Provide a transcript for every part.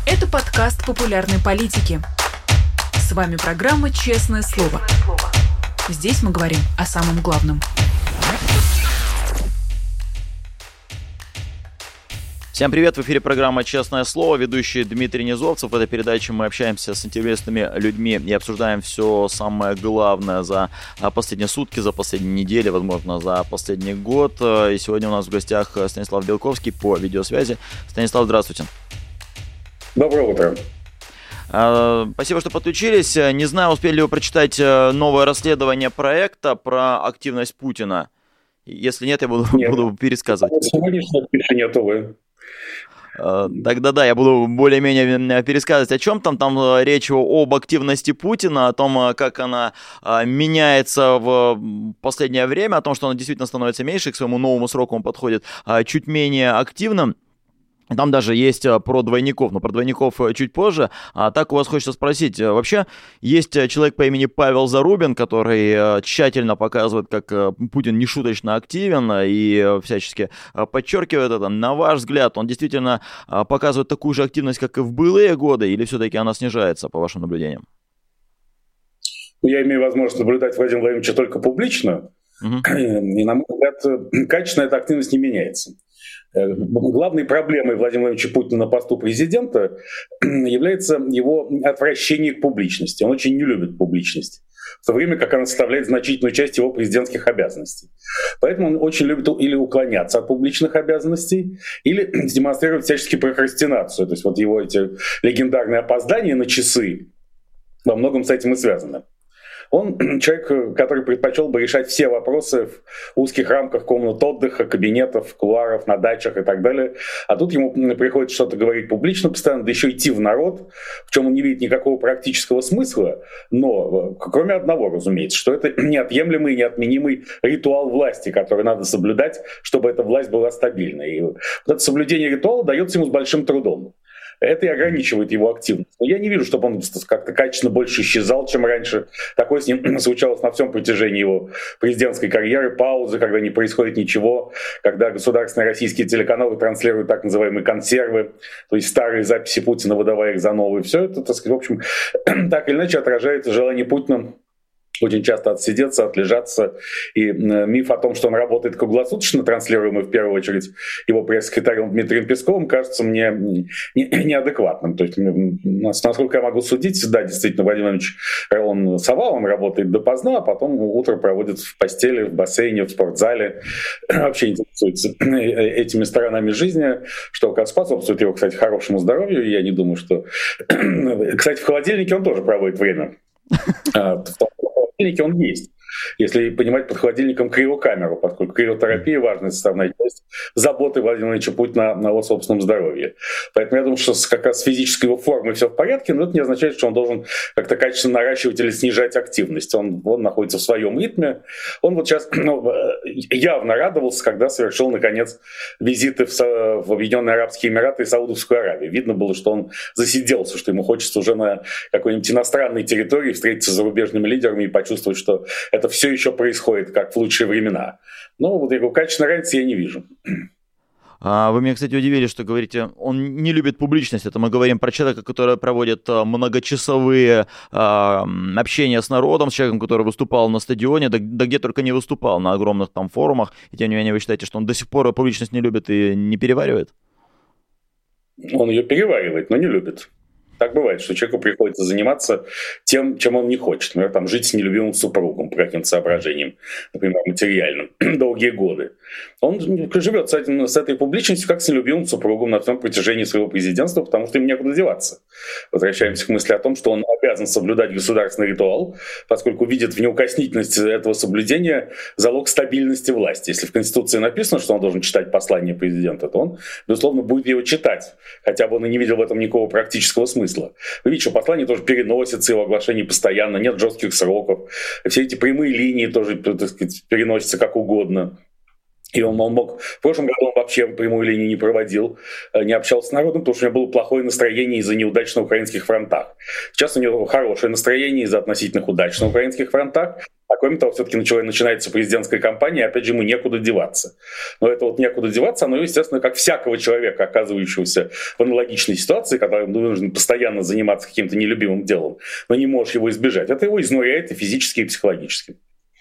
Это подкаст популярной политики. С вами программа «Честное слово». Здесь мы говорим о самом главном. Всем привет, в эфире программа «Честное слово», ведущий Дмитрий Низовцев. В этой передаче мы общаемся с интересными людьми и обсуждаем все самое главное за последние сутки, за последние недели, возможно, за последний год. И сегодня у нас в гостях Станислав Белковский по видеосвязи. Станислав, здравствуйте. Доброе утро. Спасибо, что подключились. Не знаю, успели ли вы прочитать новое расследование проекта про активность Путина. Если нет, я буду пересказывать. Сегодняшнее пишение то вы. Тогда да, я буду более-менее пересказывать, о чем там. Там речь об активности Путина, о том, как она меняется в последнее время, о том, что она действительно становится меньше, к своему новому сроку он подходит чуть менее активным. Там даже есть про двойников, но про двойников чуть позже. А так у вас хочется спросить, вообще есть человек по имени Павел Зарубин, который тщательно показывает, как Путин нешуточно активен и всячески подчеркивает это. На ваш взгляд, он действительно показывает такую же активность, как и в былые годы, или все-таки она снижается, по вашим наблюдениям? Я имею возможность наблюдать Владимира Владимировича только публично, и, на мой взгляд, качественно эта активность не меняется. Главной проблемой Владимира Владимировича Путина на посту президента является его отвращение к публичности. Он очень не любит публичность, в то время как она составляет значительную часть его президентских обязанностей. Поэтому он очень любит или уклоняться от публичных обязанностей, или демонстрировать всячески прокрастинацию. То есть вот его эти легендарные опоздания на часы во многом с этим и связаны. Он человек, который предпочел бы решать все вопросы в узких рамках комнат отдыха, кабинетов, кулуаров, на дачах и так далее. А тут ему приходится что-то говорить публично постоянно, да еще идти в народ, в чем он не видит никакого практического смысла. Но, кроме одного, разумеется, что это неотъемлемый и неотменимый ритуал власти, который надо соблюдать, чтобы эта власть была стабильной. И вот это соблюдение ритуала дается ему с большим трудом. Это и ограничивает его активность. Но я не вижу, чтобы он как-то качественно больше исчезал, чем раньше. Такое с ним случалось на всем протяжении его президентской карьеры. Паузы, когда не происходит ничего, когда государственные российские телеканалы транслируют так называемые консервы, то есть старые записи Путина, выдавая их за новые. Все это, так сказать, в общем, так или иначе отражает желание Путина очень часто отсидеться, отлежаться. И миф о том, что он работает круглосуточно, транслируемый в первую очередь его пресс-секретарем Дмитрием Песковым, кажется мне неадекватным. То есть, насколько я могу судить, да, действительно, Владимир Владимирович, он сова, он работает допоздна, а потом утро проводит в постели, в бассейне, в спортзале. Вообще интересуется этими сторонами жизни, что способствует его, кстати, хорошему здоровью. Я не думаю, что... Кстати, в холодильнике он тоже проводит время. В холодильнике он есть, если понимать под холодильником криокамеру, поскольку криотерапия — важная составная часть заботы Владимира Владимировича Путина на его собственном здоровье. Поэтому я думаю, что как раз с физической его формой все в порядке, но это не означает, что он должен как-то качественно наращивать или снижать активность. Он находится в своем ритме. Он вот сейчас явно радовался, когда совершил, наконец, визиты в Объединенные Арабские Эмираты и Саудовскую Аравию. Видно было, что он засиделся, что ему хочется уже на какой-нибудь иностранной территории встретиться с зарубежными лидерами и почувствовать, что это все еще происходит, как в лучшие времена. Но вот его качественной разницы я не вижу. Вы меня, кстати, удивили, что говорите, он не любит публичность. Это мы говорим про человека, который проводит многочасовые общения с народом, с человеком, который выступал на стадионе, да где только не выступал, на огромных там форумах. И тем не менее вы считаете, что он до сих пор публичность не любит и не переваривает? Он ее переваривает, но не любит. Так бывает, что человеку приходится заниматься тем, чем он не хочет. Например, там, жить с нелюбимым супругом по каким-то соображениям, например, материальным, долгие годы. Он живет с этой публичностью как с нелюбимым супругом на всем протяжении своего президентства, потому что им некуда деваться. Возвращаемся к мысли о том, что он обязан соблюдать государственный ритуал, поскольку видит в неукоснительности этого соблюдения залог стабильности власти. Если в Конституции написано, что он должен читать послание президента, то он, безусловно, будет его читать, хотя бы он и не видел в этом никакого практического смысла. Вы видите, что послание тоже переносится, его оглашение постоянно, нет жестких сроков. Все эти прямые линии тоже, так сказать, переносятся как угодно. И он мог... В прошлом году он вообще прямую линию не проводил, не общался с народом, потому что у него было плохое настроение из-за неудач на украинских фронтах. Сейчас у него хорошее настроение из-за относительных удач на украинских фронтах. А кроме того, все-таки начинается президентская кампания, и опять же ему некуда деваться. Но это вот некуда деваться, оно, естественно, как всякого человека, оказывающегося в аналогичной ситуации, который должен постоянно заниматься каким-то нелюбимым делом, но не можешь его избежать. Это его изнуряет и физически, и психологически.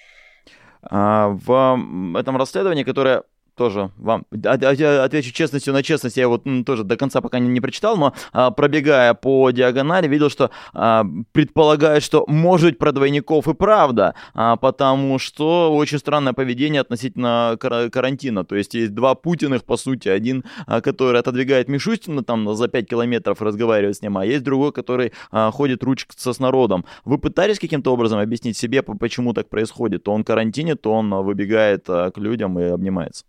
В этом расследовании, которое тоже вам отвечу честностью на честность, я его тоже до конца пока не прочитал, но пробегая по диагонали, видел, что предполагают, что может быть про двойников и правда, потому что очень странное поведение относительно карантина. То есть есть два Путиных, по сути, один, который отодвигает Мишустина там за 5 километров, разговаривает с ним, а есть другой, который ходит ручкаться с народом. Вы пытались каким-то образом объяснить себе, почему так происходит? То он карантинит, то он выбегает к людям и обнимается.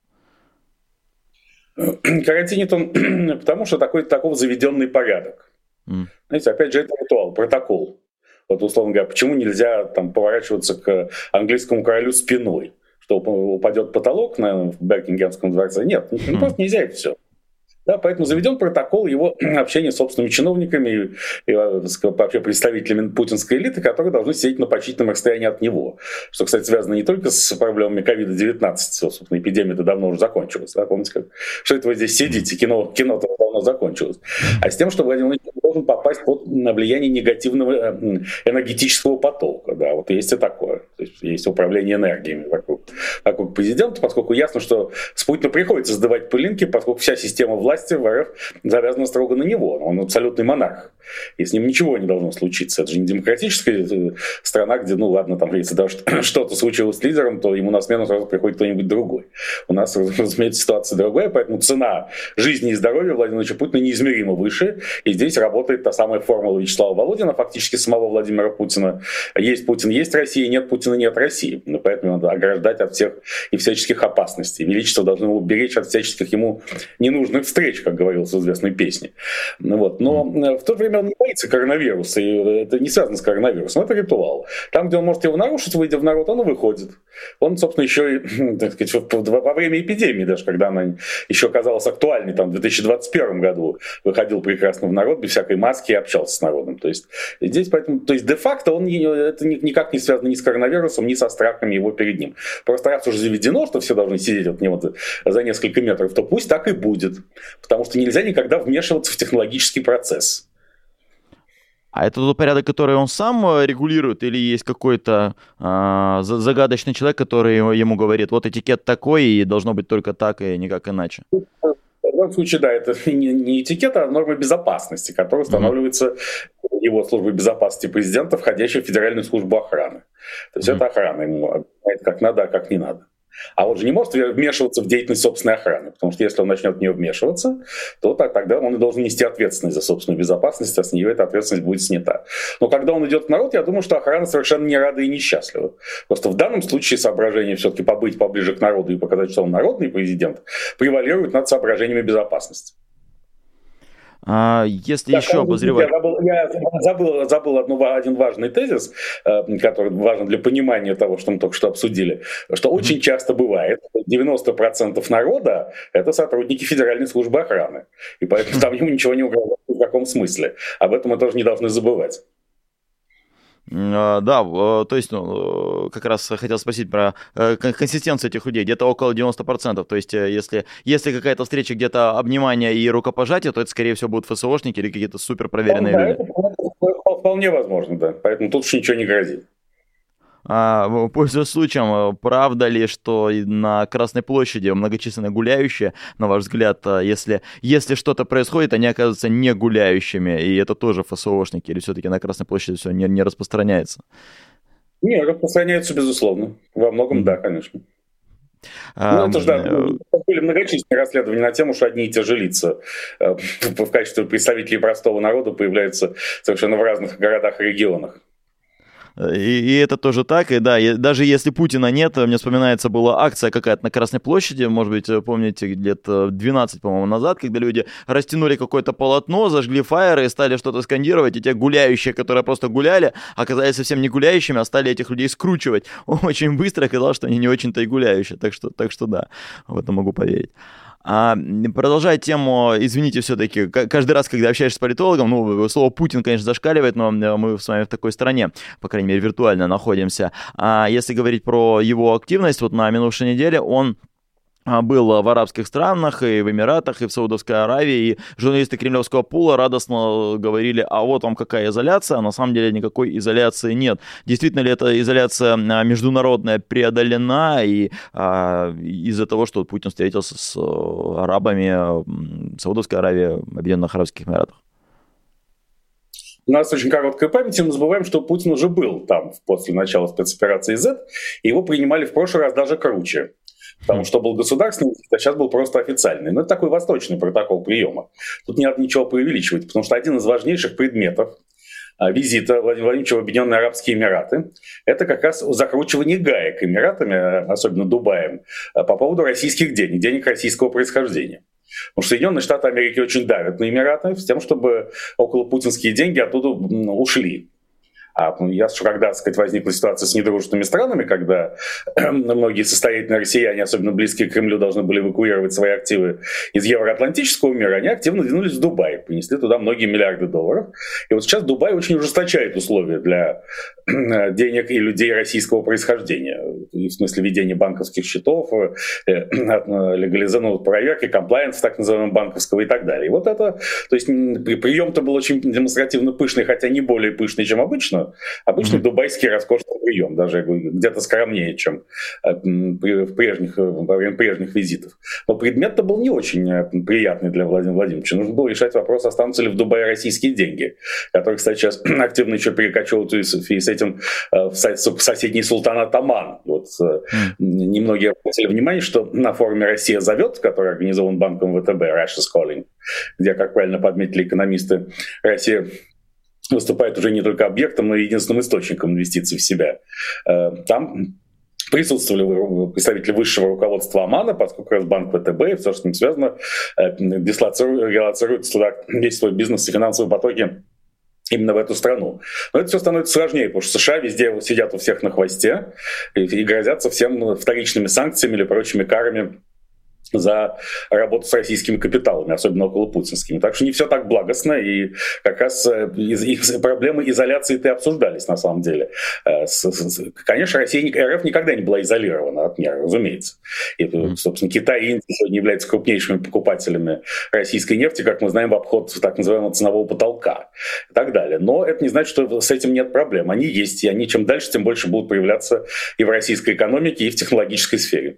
Карантинит он потому, что таков заведенный порядок. Знаете, опять же, это ритуал, протокол. Вот, условно говоря, почему нельзя там поворачиваться к английскому королю спиной, что упадет потолок в Бекингемском дворце? Нет, просто нельзя, это все. Да, поэтому заведен протокол его общения с собственными чиновниками и вообще представителями путинской элиты, которые должны сидеть на почтительном расстоянии от него. Что, кстати, связано не только с проблемами COVID-19, собственно, эпидемия-то давно уже закончилась. Да? Помните, что это вы здесь сидите, кино-то давно закончилось. А с тем, что Владимир Владимирович должен попасть под влияние негативного энергетического потока. Да, вот есть и такое. То есть есть управление энергиями вокруг президента, поскольку ясно, что с Путиным приходится сдавать пылинки, поскольку вся система власти в РФ завязана строго на него. Он абсолютный монарх. И с ним ничего не должно случиться. Это же не демократическая страна, где, ну ладно, там, если даже что-то случилось с лидером, то ему на смену сразу приходит кто-нибудь другой. У нас, разумеется, ситуация другая, поэтому цена жизни и здоровья Владимира Владимировича Путина неизмеримо выше. И здесь работает та самая формула Вячеслава Володина, фактически самого Владимира Путина. Есть Путин, есть Россия, нет Путина, нет России. Поэтому надо ограждать от всех и всяческих опасностей. Величество должно его беречь от всяческих ему ненужных встреч, как говорилось в известной песне. Вот. Но в то же время он не боится коронавируса, и это не связано с коронавирусом, это ритуал. Там, где он может его нарушить, выйдя в народ, он и выходит. Он, собственно, еще и, так сказать, во время эпидемии, даже когда она еще оказалась актуальной, там, в 2021 году выходил прекрасно в народ, без всякой маски и общался с народом. То есть здесь, поэтому, то есть де-факто это никак не связано ни с коронавирусом, ни со страхами его перед ним. Просто раз уже заведено, что все должны сидеть от него за несколько метров, то пусть так и будет. Потому что нельзя никогда вмешиваться в технологический процесс. А это тот порядок, который он сам регулирует, или есть какой-то загадочный человек, который ему говорит, вот этикет такой, и должно быть только так, и никак иначе? В данном случае, да, это не этикет, а норма безопасности, которая устанавливается его службой безопасности президента, входящей в Федеральную службу охраны. То есть это охрана ему объясняет, как надо, а как не надо. А он же не может вмешиваться в деятельность собственной охраны, потому что если он начнет в нее вмешиваться, то тогда он и должен нести ответственность за собственную безопасность, а с нее эта ответственность будет снята. Но когда он идет в народ, я думаю, что охрана совершенно не рада и несчастлива. Просто в данном случае соображение все-таки побыть поближе к народу и показать, что он народный президент, превалирует над соображениями безопасности. Если так, еще обозревать... Я забыл один важный тезис, который важен для понимания того, что мы только что обсудили, что очень часто бывает, 90% народа — это сотрудники Федеральной службы охраны, и поэтому там ему ничего не угрожает в таком смысле. Об этом мы тоже не должны забывать. Да, то есть, как раз хотел спросить про консистенцию этих людей, где-то около 90%, то есть, если какая-то встреча, где-то обнимание и рукопожатие, то это, скорее всего, будут ФСОшники или какие-то супер проверенные люди. Это вполне возможно, да, поэтому тут уж ничего не грозит. Пользуясь случаем, правда ли, что на Красной площади многочисленные гуляющие, на ваш взгляд, если что-то происходит, они оказываются не гуляющими, и это тоже ФСОшники, или все-таки на Красной площади все не распространяется? Не, распространяется, безусловно. Во многом, да, конечно. Это же, да, были многочисленные расследования на тему, что одни и те же лица в качестве представителей простого народа появляются совершенно в разных городах и регионах. И это тоже так, и да, даже если Путина нет, мне вспоминается, была акция какая-то на Красной площади, может быть, помните, где-то 12, по-моему, назад, когда люди растянули какое-то полотно, зажгли фаеры и стали что-то скандировать, и те гуляющие, которые просто гуляли, оказались совсем не гуляющими, а стали этих людей скручивать. Очень быстро оказалось, что они не очень-то и гуляющие, так что да, в это могу поверить. Продолжая тему, извините, все-таки, каждый раз, когда общаешься с политологом, слово «Путин», конечно, зашкаливает, но мы с вами в такой стране, по крайней мере, виртуально находимся. Если говорить про его активность, вот на минувшей неделе он был в арабских странах, и в Эмиратах, и в Саудовской Аравии, и журналисты кремлевского пула радостно говорили, а вот вам какая изоляция, а на самом деле никакой изоляции нет. Действительно ли эта изоляция международная преодолена, и из-за того, что Путин встретился с арабами Саудовской Аравии, Объединенных Арабских Эмиратах? У нас очень короткая память, и мы забываем, что Путин уже был там после начала спецоперации Z, и его принимали в прошлый раз даже круче. Потому что был государственный, а сейчас был просто официальный. Но это такой восточный протокол приема. Тут не надо ничего преувеличивать, потому что один из важнейших предметов визита Владимира Владимировича в Объединенные Арабские Эмираты — это как раз закручивание гаек Эмиратами, особенно Дубаем, по поводу российских денег, денег российского происхождения. Потому что Соединенные Штаты Америки очень давят на Эмираты с тем, чтобы околопутинские деньги оттуда ушли. Когда, так сказать, возникла ситуация с недружественными странами, когда многие состоятельные россияне, особенно близкие к Кремлю, должны были эвакуировать свои активы из евроатлантического мира, они активно двинулись в Дубай, принесли туда многие миллиарды долларов. И вот сейчас Дубай очень ужесточает условия для денег и людей российского происхождения. В смысле ведения банковских счетов, легализации, проверки, комплаенс так называемого банковского и так далее. И вот это, то есть прием-то был очень демонстративно пышный, хотя не более пышный, чем обычно. Обычный дубайский роскошный прием, даже где-то скромнее, чем во время прежних визитов. Но предмет-то был не очень приятный для Владимира Владимировича. Нужно было решать вопрос, останутся ли в Дубае российские деньги, которые, кстати, сейчас активно еще перекочевывают и с этим в соседний султанат Оман. Вот, немногие обратили внимание, что на форуме «Россия зовет», который организован банком ВТБ, Russia's Calling, где, как правильно подметили экономисты, Россия выступает уже не только объектом, но и единственным источником инвестиций в себя. Там присутствовали представители высшего руководства Омана, поскольку как раз банк ВТБ и все, что с ним связано, релацирует туда весь свой бизнес и финансовые потоки именно в эту страну. Но это все становится сложнее, потому что США везде сидят у всех на хвосте и грозятся всем вторичными санкциями или прочими карами за работу с российскими капиталами, особенно околопутинскими. Так что не все так благостно, и как раз проблемы изоляции-то и обсуждались на самом деле. Конечно, РФ никогда не была изолирована от мира, разумеется. И, собственно, Китай и Индия сегодня являются крупнейшими покупателями российской нефти, как мы знаем, в обход так называемого ценового потолка и так далее. Но это не значит, что с этим нет проблем. Они есть, и они чем дальше, тем больше будут проявляться и в российской экономике, и в технологической сфере.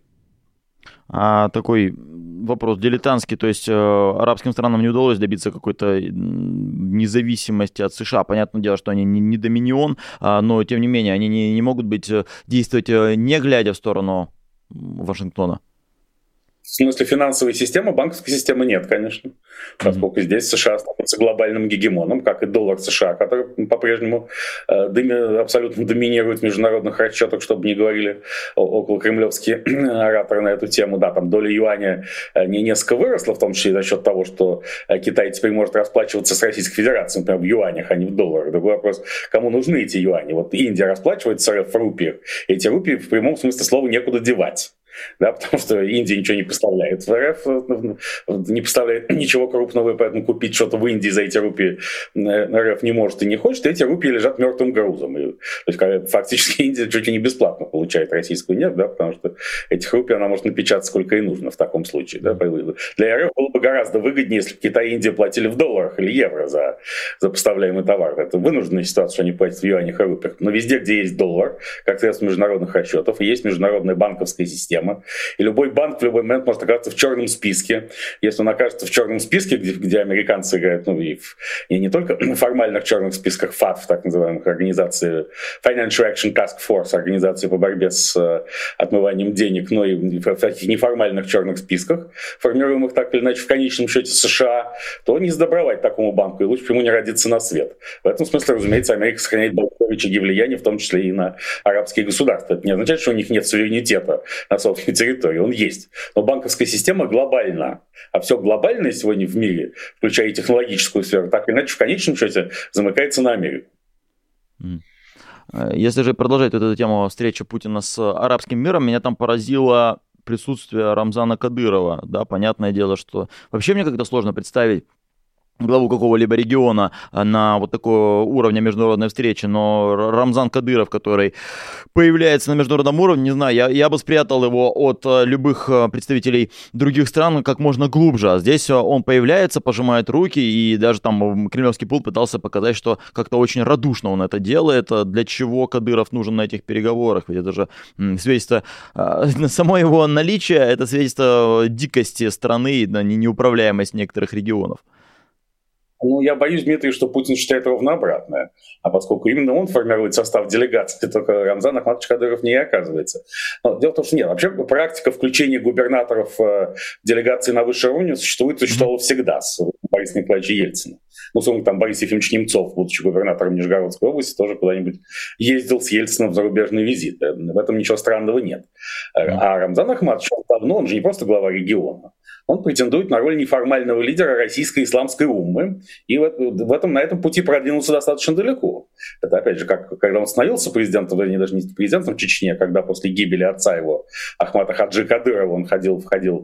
Такой вопрос дилетантский, то есть арабским странам не удалось добиться какой-то независимости от США. Понятное дело, что они не доминион, но тем не менее они не могут действовать не глядя в сторону Вашингтона. В смысле финансовой системы, банковской системы нет, конечно. Поскольку здесь США становится глобальным гегемоном, как и доллар США, который по-прежнему абсолютно доминирует в международных расчетах, чтобы не говорили около кремлевские ораторы на эту тему. Да, там доля юаня несколько выросла, в том числе за счет того, что Китай теперь может расплачиваться с Российской Федерацией, например, в юанях, а не в долларах. Другой вопрос, кому нужны эти юани? Вот Индия расплачивается с РФ в рупиях. Эти рупии в прямом смысле слова некуда девать. Да, потому что Индия ничего не поставляет. РФ не поставляет ничего крупного, и поэтому купить что-то в Индии за эти рупии РФ не может и не хочет. И эти рупии лежат мертвым грузом. То есть фактически Индия чуть ли не бесплатно получает российскую нефть, да, потому что этих рупий она может напечатать сколько и нужно в таком случае. Да. Для РФ было бы гораздо выгоднее, если бы Китай и Индия платили в долларах или евро за поставляемый товар. Это вынужденная ситуация, что они платят в юанях и рупиях. Но везде, где есть доллар, как средство международных расчетов, и есть международная банковская система, и любой банк в любой момент может оказаться в черном списке. Если он окажется в черном списке, где американцы играют, и не только в формальных черных списках ФАТФ, так называемых организаций, Financial Action Task Force, организации по борьбе с отмыванием денег, но и в таких неформальных черных списках, формируемых так или иначе в конечном счете США, то не сдобровать такому банку, и лучше ему не родиться на свет. В этом смысле, разумеется, Америка сохраняет большое рычаги влияния, в том числе и на арабские государства. Это не означает, что у них нет суверенитета на собственной территории, он есть. Но банковская система глобальна. А все глобальное сегодня в мире, включая и технологическую сферу, так или иначе в конечном счете замыкается на Америку. Если же продолжать вот эту тему встречи Путина с арабским миром, меня там поразило присутствие Рамзана Кадырова. Да, понятное дело, что вообще мне как-то сложно представить главу какого-либо региона на вот такого уровня международной встречи, но Рамзан Кадыров, который появляется на международном уровне, не знаю, я бы спрятал его от любых представителей других стран как можно глубже, а здесь он появляется, пожимает руки, и даже там кремлевский пул пытался показать, что как-то очень радушно он это делает, для чего Кадыров нужен на этих переговорах, ведь это же свидетельство, само его наличие, это свидетельство дикости страны и неуправляемость некоторых регионов. Ну, я боюсь, Дмитрий, что Путин считает ровно обратное. А поскольку именно он формирует состав делегации, только Рамзан Ахматович Кадыров не оказывается. Но дело в том, что нет. Вообще практика включения губернаторов в делегации на высшем уровне существовала всегда с Борисом Николаевичем Ельциным. Ну, там Борис Ефимович Немцов, будучи губернатором Нижегородской области, тоже куда-нибудь ездил с Ельциным в зарубежные визиты. В этом ничего странного нет. А Рамзан Ахматович, он же не просто глава региона. Он претендует на роль неформального лидера российской исламской уммы, и на этом пути продвинулся достаточно далеко. Это, опять же, когда он становился президентом, даже не президентом Чечни, а когда после гибели отца его, Ахмата Хаджи Кадырова, он входил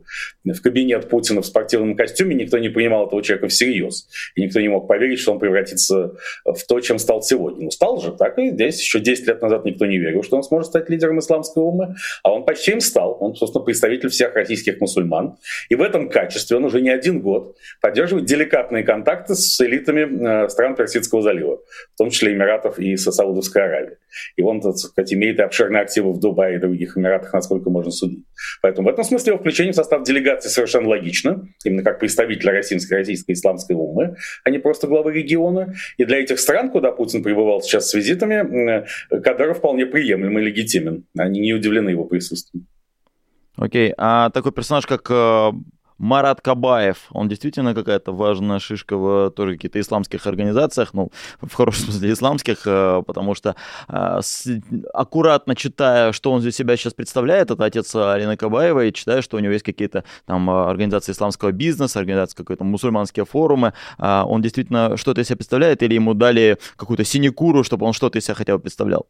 в кабинет Путина в спортивном костюме, никто не принимал этого человека всерьез. И никто не мог поверить, что он превратится в то, чем стал сегодня. Ну, стал же, так и здесь. Еще 10 лет назад никто не верил, что он сможет стать лидером исламской уммы, а он почти им стал. Он, собственно, представитель всех российских мусульман. И в этом качестве он уже не один год поддерживает деликатные контакты с элитами стран Персидского залива, в том числе Эмиратов и Саудовской Аравии. И он, так сказать, имеет обширные активы в Дубае и других Эмиратах, насколько можно судить. Поэтому в этом смысле его включение в состав делегации совершенно логично, именно как представитель российской исламской уммы, а не просто главы региона. И для этих стран, куда Путин прибывал сейчас с визитами, Кадыров вполне приемлем и легитимен. Они не удивлены его присутствием. Окей, а такой персонаж, как Марат Кабаев, он действительно какая-то важная шишка в тоже каких-то исламских организациях, ну, в хорошем смысле исламских, потому что аккуратно читая, что он здесь себя сейчас представляет, это отец Алины Кабаевой, и читаю, что у него есть какие-то там организации исламского бизнеса, организации какие-то мусульманские форумы, он действительно что-то из себя представляет, или ему дали какую-то синекуру, чтобы он что-то из себя хотя бы представлял?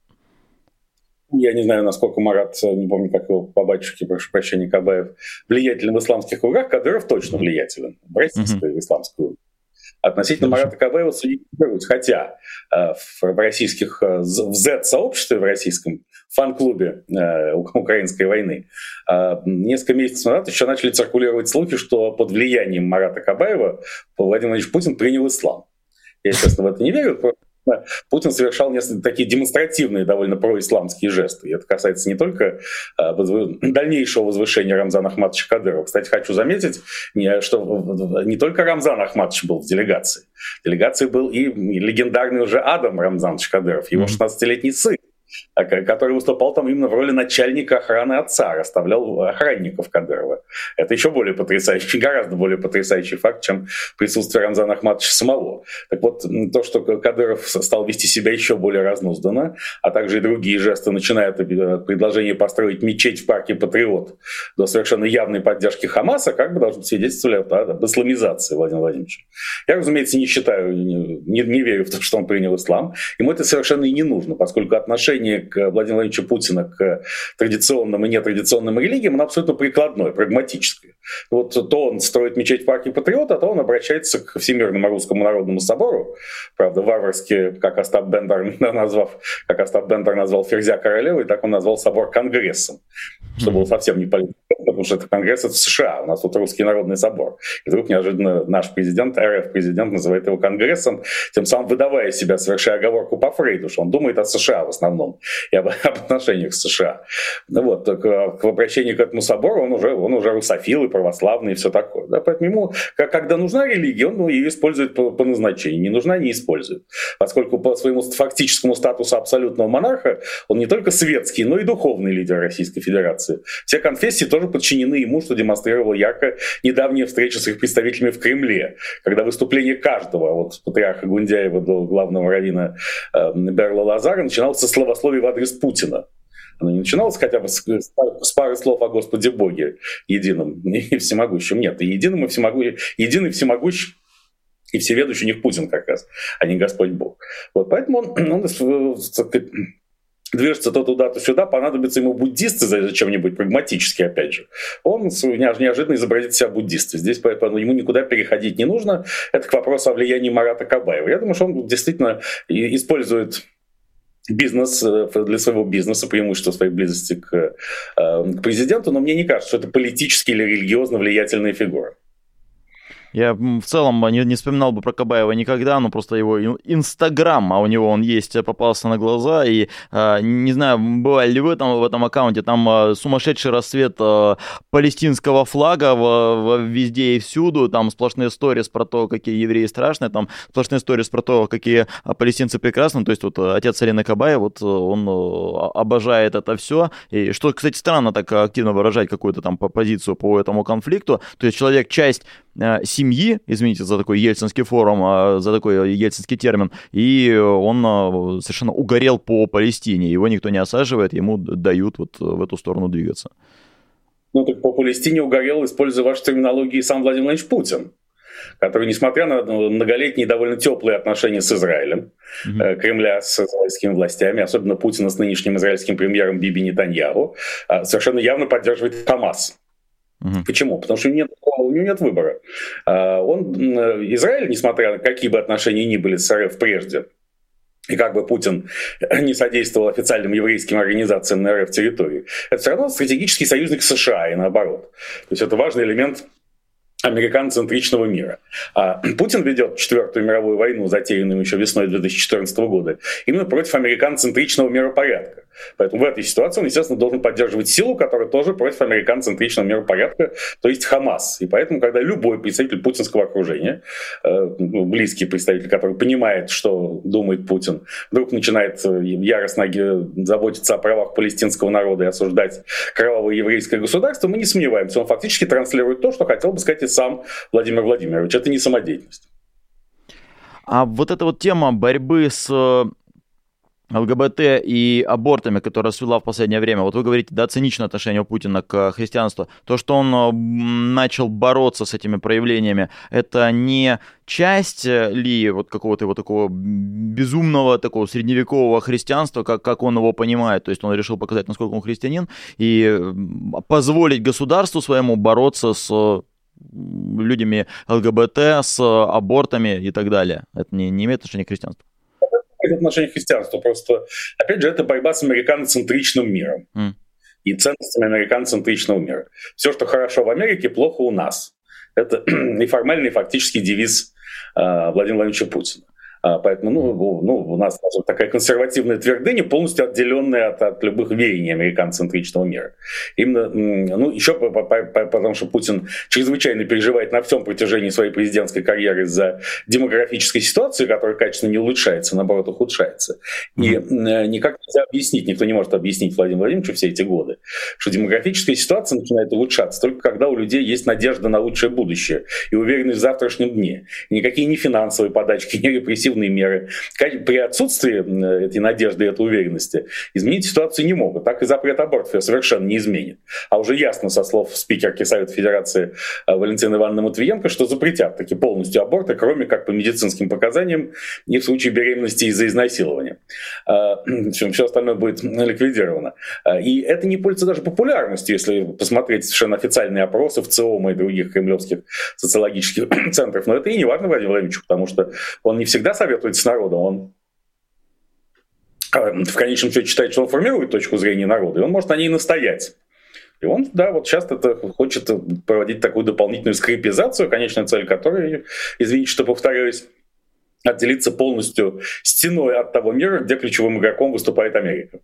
Я не знаю, насколько Марат, не помню, как его по батюшке, прошу прощения, Кабаев, влиятельный в исламских кругах. Кадыров точно влиятелен в российскую исламскую. Относительно Марата Кабаева судить не берут. Хотя в российских, в Z-сообществе, в российском фан-клубе украинской войны, несколько месяцев назад еще начали циркулировать слухи, что под влиянием Марата Кабаева Владимир Владимирович Путин принял ислам. Я, естественно, в это не верю, Путин совершал несколько такие демонстративные, довольно происламские жесты. И это касается не только дальнейшего возвышения Рамзана Ахматовича Кадырова. Кстати, хочу заметить, что не только Рамзан Ахматович был в делегации. В делегации был и легендарный уже Адам Рамзанович Кадыров, его 16-летний сын, который выступал там именно в роли начальника охраны отца, расставлял охранников Кадырова. Это еще более потрясающий, гораздо более потрясающий факт, чем присутствие Рамзана Ахматовича самого. Так вот, то, что Кадыров стал вести себя еще более разнузданно, а также и другие жесты, начиная от предложения построить мечеть в парке Патриот до совершенно явной поддержки Хамаса, как бы должны свидетельствовать об исламизации Владимира Владимировича. Я, разумеется, не считаю, не верю в то, что он принял ислам. Ему это совершенно и не нужно, поскольку отношение к Владимиру Владимировичу Путина к традиционным и нетрадиционным религиям, оно абсолютно прикладное, прагматическое. Вот то он строит мечеть в парке Патриота, то он обращается к Всемирному Русскому Народному Собору, правда, варварски, как Остап Бендер назвал Ферзя королевой, так он назвал собор Конгрессом, что было совсем не политично, потому что это Конгресс, это в США, у нас тут Русский Народный Собор. И вдруг неожиданно наш президент, РФ-президент, называет его Конгрессом, тем самым выдавая себя, совершая оговорку по Фрейду, что он думает о США в основном и об отношениях с США. Ну вот, к обращению к этому собору он уже русофил и православный и все такое. Да? Поэтому ему, когда нужна религия, он ее использует по назначению. Не нужна, не использует. Поскольку по своему фактическому статусу абсолютного монарха он не только светский, но и духовный лидер Российской Федерации. Все конфессии тоже подчинены ему, что демонстрировала ярко недавняя встреча с их представителями в Кремле, когда выступление каждого, от патриарха Гундяева до главного раввина Берла Лазара, начиналось со словословий в адрес Путина. Оно не начиналось хотя бы с пары слов о Господе Боге едином и всемогущем. Нет, и единый, всемогущий и всеведущий у них Путин как раз, а не Господь Бог. Вот, поэтому он движется то туда, то сюда, понадобятся ему буддисты зачем-нибудь прагматически, опять же. Он неожиданно изобразит себя буддиста. Здесь поэтому ему никуда переходить не нужно. Это к вопросу о влиянии Марата Кабаева. Я думаю, что он действительно использует бизнес для своего бизнеса, преимущество своей близости к президенту, но мне не кажется, что это политически или религиозно влиятельная фигура. Я в целом не вспоминал бы про Кабаева никогда, но просто его Инстаграм, а у него он есть, попался на глаза, и не знаю, бывали ли вы там в этом аккаунте, там сумасшедший расцвет палестинского флага везде и всюду, там сплошные сторис про то, какие евреи страшные, там сплошные сторис про то, какие палестинцы прекрасны, то есть вот отец Алены Кабаев, вот он обожает это все, и что, кстати, странно так активно выражать какую-то там позицию по этому конфликту, то есть человек часть семьи, извините за такой ельцинский форум, за такой ельцинский термин, и он совершенно угорел по Палестине, его никто не осаживает, ему дают вот в эту сторону двигаться. Ну так по Палестине угорел, используя вашу терминологию, сам Владимир Владимирович Путин, который, несмотря на многолетние довольно теплые отношения с Израилем, Кремля с израильскими властями, особенно Путина с нынешним израильским премьером Биби Нетаньяху, совершенно явно поддерживает Хамас. Почему? Потому что у него нет выбора. Израиль, несмотря на какие бы отношения ни были с РФ прежде, и как бы Путин не содействовал официальным еврейским организациям на РФ территории, это все равно стратегический союзник США и наоборот. То есть это важный элемент американоцентричного мира. Путин ведет Четвертую мировую войну, затеянную еще весной 2014 года, именно против американоцентричного миропорядка. Поэтому в этой ситуации он, естественно, должен поддерживать силу, которая тоже против американоцентричного миропорядка, то есть Хамас. И поэтому, когда любой представитель путинского окружения, близкий представитель, который понимает, что думает Путин, вдруг начинает яростно заботиться о правах палестинского народа и осуждать кровавое еврейское государство, мы не сомневаемся, он фактически транслирует то, что хотел бы сказать и сам Владимир Владимирович. Это не самодеятельность. А вот эта вот тема борьбы с ЛГБТ и абортами, которая свела в последнее время, вот вы говорите, да, циничное отношение у Путина к христианству, то, что он начал бороться с этими проявлениями, это не часть ли вот какого-то его такого безумного, такого средневекового христианства, как он его понимает, то есть он решил показать, насколько он христианин, и позволить государству своему бороться с людьми ЛГБТ, с абортами и так далее. Это не имеет отношения к христианству? Это отношение к христианству. Просто, опять же, это борьба с американоцентричным миром и ценностями американоцентричного мира. Все, что хорошо в Америке, плохо у нас. Это и формальный, и фактический девиз Владимира Владимировича Путина. Поэтому у нас даже такая консервативная твердыня, полностью отделенная от любых веяний американоцентричного мира. Именно, еще потому что Путин чрезвычайно переживает на всем протяжении своей президентской карьеры за демографической ситуации, которая качественно не улучшается, наоборот, ухудшается. И никак нельзя объяснить, никто не может объяснить Владимиру Владимировичу все эти годы, что демографическая ситуация начинает улучшаться только когда у людей есть надежда на лучшее будущее и уверенность в завтрашнем дне. И никакие ни финансовые подачки, ни репрессивные меры при отсутствии этой надежды и этой уверенности изменить ситуацию не могут. Так и запрет абортов ее совершенно не изменит. А уже ясно со слов спикерки Совета Федерации Валентины Ивановны Матвиенко, что запретят таки полностью аборты, кроме как по медицинским показаниям и в случае беременности из-за изнасилования. Все остальное будет ликвидировано. И это не пользуется даже популярностью, если посмотреть совершенно официальные опросы в ЦИОМа и других кремлевских социологических центров. Но это и не важно Владимиру Владимировичу, потому что он не всегда советует с народом, он в конечном счете считает, что он формирует точку зрения народа, и он может на ней настоять. И он, да, вот сейчас хочет проводить такую дополнительную скрипизацию, конечная цель которой, извините, что повторяюсь, отделиться полностью стеной от того мира, где ключевым игроком выступает Америка.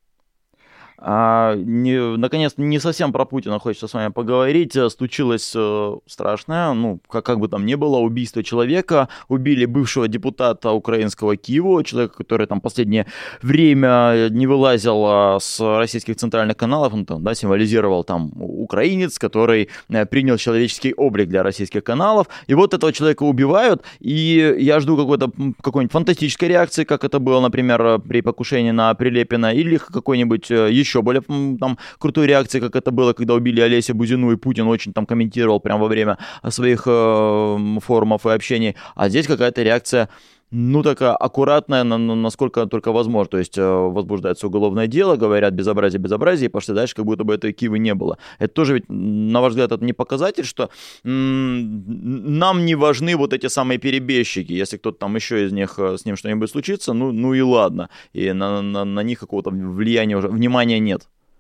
Наконец, не совсем про Путина хочется с вами поговорить. Случилось страшное, как бы там ни было, убийство человека. Убили бывшего депутата украинского Киева, человека, который там последнее время не вылазил с российских центральных каналов. Он там, да, символизировал там украинец, который принял человеческий облик для российских каналов. И вот этого человека убивают, и я жду какой-нибудь фантастической реакции, как это было, например, при покушении на Прилепина, или какой-нибудь еще более там крутой реакции, как это было, когда убили Олеся Бузину, и Путин очень там комментировал прямо во время своих форумов и общений. А здесь какая-то реакция такая аккуратная, насколько только возможно. То есть возбуждается уголовное дело, говорят безобразие, и пошли дальше, как будто бы этой кивы не было. Это тоже ведь, на ваш взгляд, это не показатель, что нам не важны вот эти самые перебежчики. Если кто-то там еще из них, с ним что-нибудь случится, ну и ладно. И на них какого-то влияния уже, внимания нет.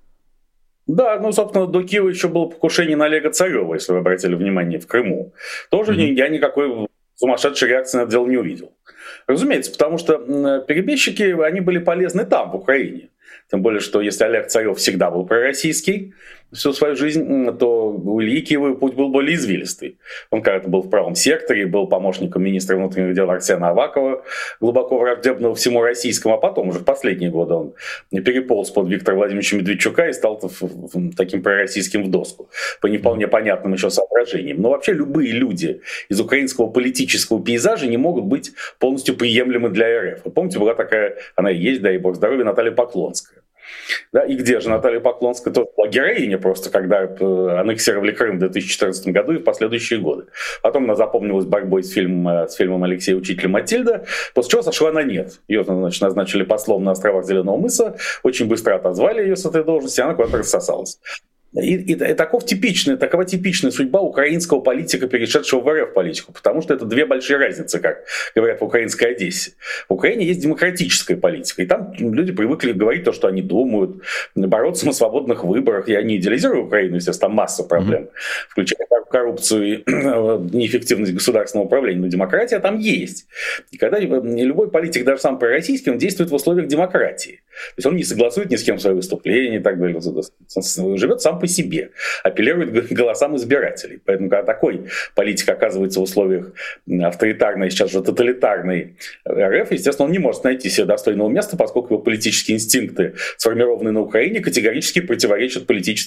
Да, собственно, до Киева еще было покушение на Олега Царева, если вы обратили внимание, в Крыму. Тоже я никакой сумасшедшей реакции на это дело не увидел. Разумеется, потому что перебежчики, они были полезны там, в Украине. Тем более, что если Олег Царев всегда был пророссийский всю свою жизнь, то у Ильи Киева путь был более извилистый. Он когда-то был в правом секторе, был помощником министра внутренних дел Арсена Авакова, глубоко враждебного всему российскому, а потом уже в последние годы он переполз под Виктора Владимировича Медведчука и стал таким пророссийским в доску, по не вполне понятным еще соображениям. Но вообще любые люди из украинского политического пейзажа не могут быть полностью приемлемы для РФ. Вы помните, была такая, она и есть, дай бог здоровья, Наталья Поклонская. Да, и где же Наталья Поклонская тоже была героиня просто, когда аннексировали Крым в 2014 году и в последующие годы. Потом она запомнилась борьбой с фильмом Алексея Учителя «Матильда», после чего сошла на нет. Ее, назначили послом на островах Зеленого мыса, очень быстро отозвали ее с этой должности, и она куда-то рассосалась. И такова типичная судьба украинского политика, перешедшего в РФ-политику, потому что это две большие разницы, как говорят в украинской Одессе. В Украине есть демократическая политика, и там люди привыкли говорить то, что они думают, бороться на свободных выборах. Я не идеализирую Украину, естественно, там масса проблем, включая коррупцию и неэффективность государственного управления, но демократия там есть. И когда любой политик, даже сам пророссийский, он действует в условиях демократии. То есть он не согласует ни с кем свои выступления и так далее. Он живет сам по себе, апеллирует голосам избирателей. Поэтому, когда такой политик оказывается в условиях авторитарной, сейчас же тоталитарной РФ, естественно, он не может найти себе достойного места, поскольку его политические инстинкты, сформированные на Украине, категорически противоречат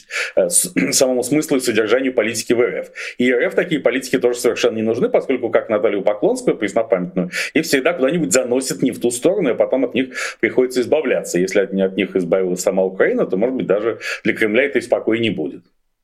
самому смыслу и содержанию политики в РФ. И РФ такие политики тоже совершенно не нужны, поскольку, как Наталью Поклонскую, преснопамятную, их всегда куда-нибудь заносят не в ту сторону, а потом от них приходится избавляться. Если от них избавилась сама Украина, то, может быть, даже для Кремля это и спокойнее будет.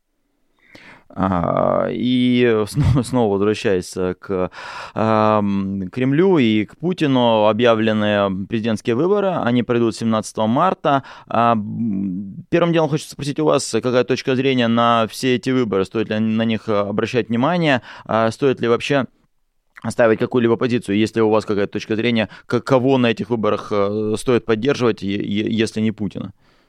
И снова возвращаясь к Кремлю и к Путину, объявленные президентские выборы, они пройдут 17 марта. Первым делом хочется спросить у вас, какая точка зрения на все эти выборы, стоит ли на них обращать внимание, стоит ли вообще оставить какую-либо позицию, есть ли у вас какая-то точка зрения, кого на этих выборах стоит поддерживать, если не Путина?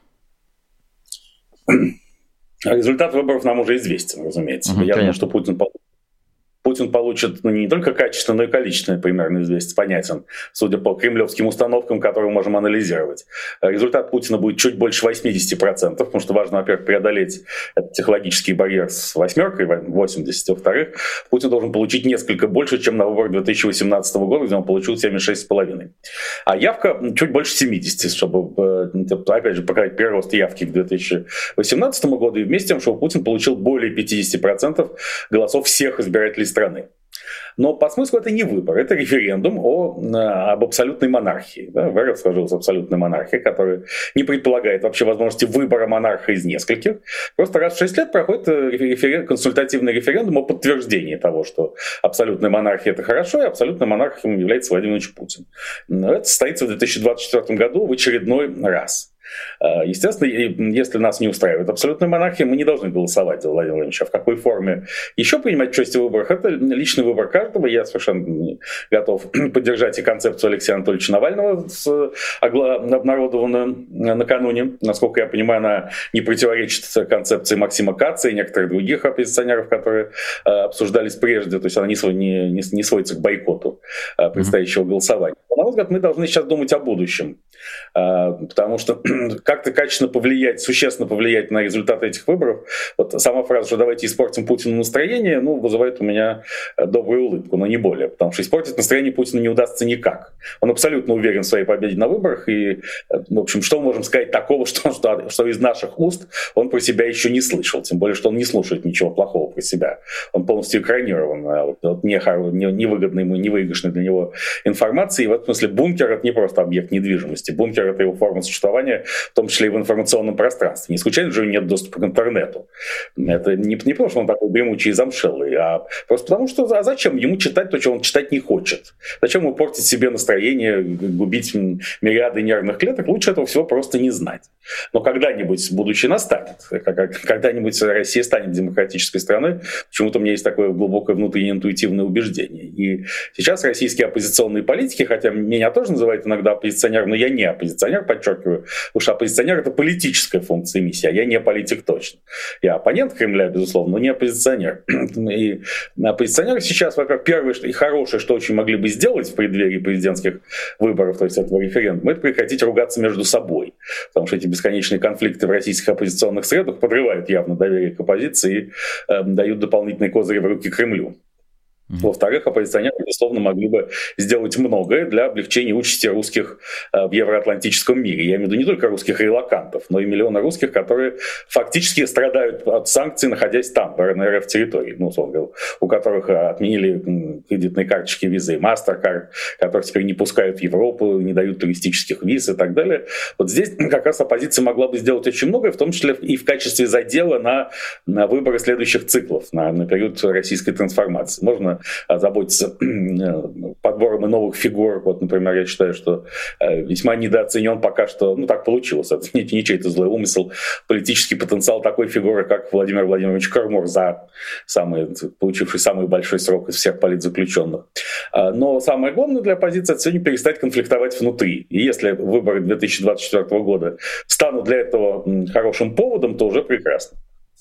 Результат выборов нам уже известен, разумеется. Я думаю, что Путин получит не только качественное, но и количественное примерно известие, понятен, судя по кремлевским установкам, которые мы можем анализировать. Результат Путина будет чуть больше 80%, потому что важно, во-первых, преодолеть этот технологический барьер с 80, во-вторых, Путин должен получить несколько больше, чем на выборах 2018 года, где он получил 76,5%. А явка чуть больше 70%, чтобы, опять же, показать прирост явки к 2018 году, и вместе с тем, чтобы Путин получил более 50% голосов всех избирателей страны. Но по смыслу это не выбор, это референдум об абсолютной монархии. Да? В РФ сложилась абсолютная монархия, которая не предполагает вообще возможности выбора монарха из нескольких. Просто раз в 6 лет проходит консультативный референдум о подтверждении того, что абсолютная монархия — это хорошо, и абсолютной монархией является Владимир Владимирович Путин. Это состоится в 2024 году в очередной раз. Естественно, если нас не устраивает абсолютная монархия, мы не должны голосовать за Владимира Владимировича. В какой форме еще принимать участие в выборах — это личный выбор каждого. Я совершенно готов поддержать и концепцию Алексея Анатольевича Навального, обнародованную накануне. Насколько я понимаю, она не противоречит концепции Максима Каца и некоторых других оппозиционеров, которые обсуждались прежде. То есть она не сводится к бойкоту предстоящего голосования. На мой взгляд, мы должны сейчас думать о будущем, потому что как-то качественно повлиять, существенно повлиять на результаты этих выборов. Вот сама фраза, что давайте испортим Путину настроение, вызывает у меня добрую улыбку, но не более, потому что испортить настроение Путину не удастся никак. Он абсолютно уверен в своей победе на выборах, и, в общем, что мы можем сказать такого, что из наших уст он про себя еще не слышал, тем более, что он не слушает ничего плохого про себя. Он полностью экранирован от невыгодной ему, невыигрышной для него информации, и в смысле бункер — это не просто объект недвижимости. Бункер — это его форма существования, в том числе и в информационном пространстве. Не случайно же нет доступа к интернету. Это не потому, что он такой дремучий и замшелый, а просто потому, что зачем ему читать то, чего он читать не хочет? Зачем ему портить себе настроение, губить мириады нервных клеток? Лучше этого всего просто не знать. Но когда-нибудь будущее настанет. Когда-нибудь Россия станет демократической страной. Почему-то у меня есть такое глубокое внутреннее интуитивное убеждение. И сейчас российские оппозиционные политики, хотя меня тоже называют иногда оппозиционером, но я не оппозиционер, подчеркиваю, потому что оппозиционер — это политическая функция и миссия, а я не политик точно. Я оппонент Кремля, безусловно, но не оппозиционер. И оппозиционеры сейчас, во-первых, первое и хорошее, что очень могли бы сделать в преддверии президентских выборов, то есть этого референдума, это прекратить ругаться между собой. Потому что эти бесконечные конфликты в российских оппозиционных средах подрывают явно доверие к оппозиции и дают дополнительные козыри в руки Кремлю. Во-вторых, оппозиционеры, безусловно, могли бы сделать многое для облегчения участи русских в евроатлантическом мире. Я имею в виду не только русских релокантов, но и миллионы русских, которые фактически страдают от санкций, находясь там, в РФ территории. Ну, условно говоря, у которых отменили кредитные карточки Visa и MasterCard, которых теперь не пускают в Европу, не дают туристических виз и так далее. Вот здесь как раз оппозиция могла бы сделать очень многое, в том числе и в качестве задела на выборы следующих циклов, на период российской трансформации. Можно озаботиться подбором и новых фигур. Вот, например, я считаю, что весьма недооценен пока что, ну так получилось, это не чей-то злой умысел, политический потенциал такой фигуры, как Владимир Владимирович Кара-Мурза, получивший самый большой срок из всех политзаключенных. Но самое главное для оппозиции — это сегодня перестать конфликтовать внутри. И если выборы 2024 года станут для этого хорошим поводом, то уже прекрасно.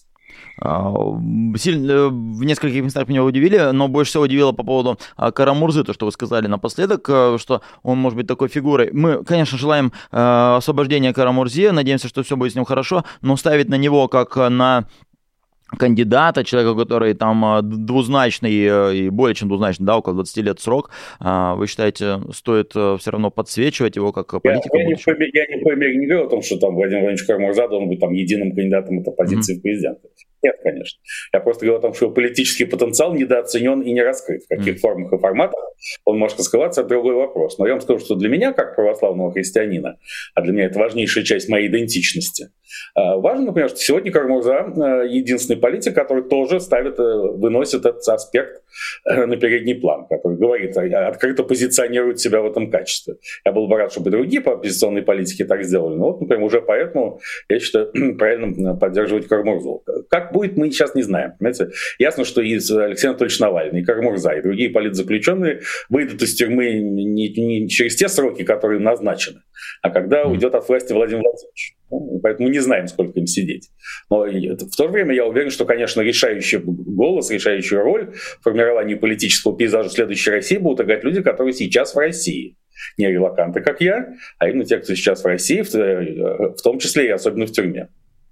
Сильно в нескольких местах меня удивили, но больше всего удивило по поводу Кара-Мурзы, то, что вы сказали напоследок, что он может быть такой фигурой. Мы, конечно, желаем освобождения Кара-Мурзи, надеемся, что все будет с ним хорошо, но ставить на него как на кандидата, человека, который там двузначный и более чем двузначный, да, около 20 лет срок, вы считаете, стоит все равно подсвечивать его как политика? Я не говорю о том, что там Владимир Владимирович Кара-Мурза должен быть там единым кандидатом от оппозиции в президенты. Нет, конечно. Я просто говорю о том, что его политический потенциал недооценен и не раскрыт. В каких формах и форматах он может раскрываться — это другой вопрос. Но я вам скажу, что для меня, как православного христианина, а для меня это важнейшая часть моей идентичности, важно, например, что сегодня Кара-Мурза единственный политик, который тоже выносит этот аспект на передний план, который говорит, открыто позиционирует себя в этом качестве. Я был бы рад, чтобы другие оппозиционные политики так сделали. Но вот, например, уже поэтому я считаю правильно поддерживать Кара-Мурзу. Как будет, мы сейчас не знаем. Понимаете? Ясно, что и Алексей Анатольевич Навальный, и Кара-Мурза, и другие политзаключенные выйдут из тюрьмы не через те сроки, которые назначены, а когда уйдет от власти Владимир Владимирович. Поэтому мы не знаем, сколько им сидеть. Но в то же время я уверен, что, конечно, решающий голос, решающую роль в формировании политического пейзажа следующей России будут играть люди, которые сейчас в России. Не релоканты, как я, а именно те, кто сейчас в России, в том числе и особенно в тюрьме.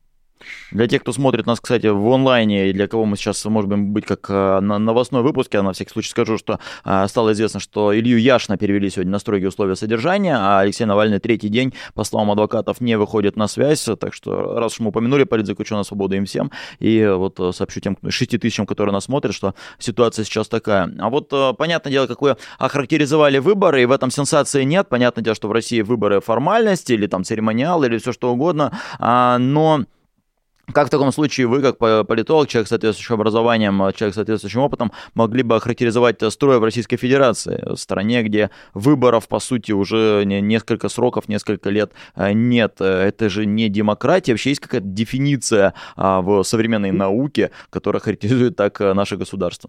Для тех, кто смотрит нас, кстати, в онлайне, и для кого мы сейчас можем быть как на новостной выпуске, я на всякий случай скажу, что стало известно, что Илью Яшина перевели сегодня на строгие условия содержания, а Алексей Навальный третий день, по словам адвокатов, не выходит на связь, так что раз уж мы упомянули политзаключенную свободу им всем, и вот сообщу тем 6 тысячам, которые нас смотрят, что ситуация сейчас такая. А вот понятное дело, как вы охарактеризовали выборы, и в этом сенсации нет, понятное дело, что в России выборы формальность, или там церемониал, или все что угодно, но... Как в таком случае вы, как политолог, человек с соответствующим образованием, человек с соответствующим опытом, могли бы охарактеризовать строй в Российской Федерации, в стране, где выборов, по сути, уже несколько сроков, несколько лет нет? Это же не демократия. Вообще есть какая-то дефиниция в современной науке, которая характеризует так наше государство?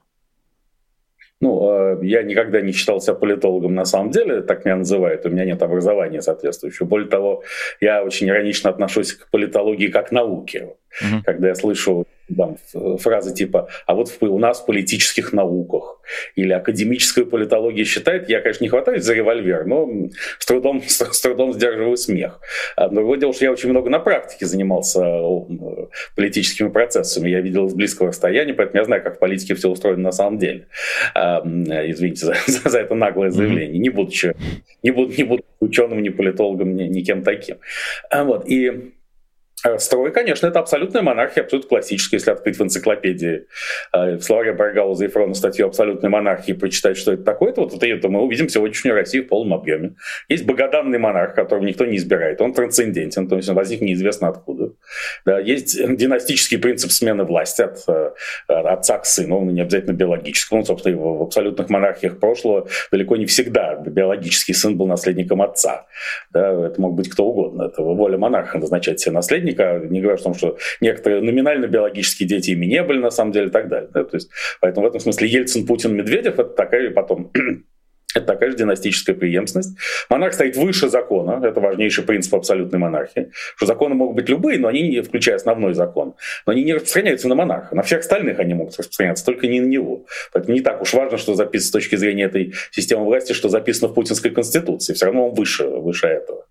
Ну, я никогда не считал себя политологом на самом деле, так меня называют, у меня нет образования соответствующего. Более того, я очень иронично отношусь к политологии как к науке. Когда я слышу там фразы типа «а вот у нас в политических науках» или «академическая политология считает», я, конечно, не хватаюсь за револьвер, но с трудом сдерживаю смех. Другое дело, что я очень много на практике занимался политическими процессами, я видел с близкого расстояния, поэтому я знаю, как в политике все устроено на самом деле. Извините за это наглое заявление, не буду ученым, ни политологом, ни кем таким. Вот. И Строй, конечно, это абсолютная монархия, абсолютно классическая. Если открыть в энциклопедии в словаре Баргауза и Фрона статью абсолютной монархии, прочитать, что это такое, то это мы увидим сегодняшнюю Россию в полном объеме. Есть богоданный монарх, которого никто не избирает, он трансцендентен, то есть он возник неизвестно откуда. Да, есть династический принцип смены власти от отца к сыну, он не обязательно биологический. Он, собственно, в абсолютных монархиях прошлого далеко не всегда биологический сын был наследником отца. Да, это мог быть кто угодно. Это воля монарха назначать себе наследника. Не говоря о том, что некоторые номинально биологические дети ими не были, на самом деле, и так далее. Да? То есть, поэтому в этом смысле Ельцин, Путин, Медведев — это такая потом... Это такая же династическая преемственность. Монарх стоит выше закона. Это важнейший принцип абсолютной монархии. Что законы могут быть любые, но они, включая основной закон, но они не распространяются на монарха. На всех остальных они могут распространяться, только не на него. Поэтому не так уж важно, что записано с точки зрения этой системы власти, что записано в путинской конституции. Все равно он выше этого.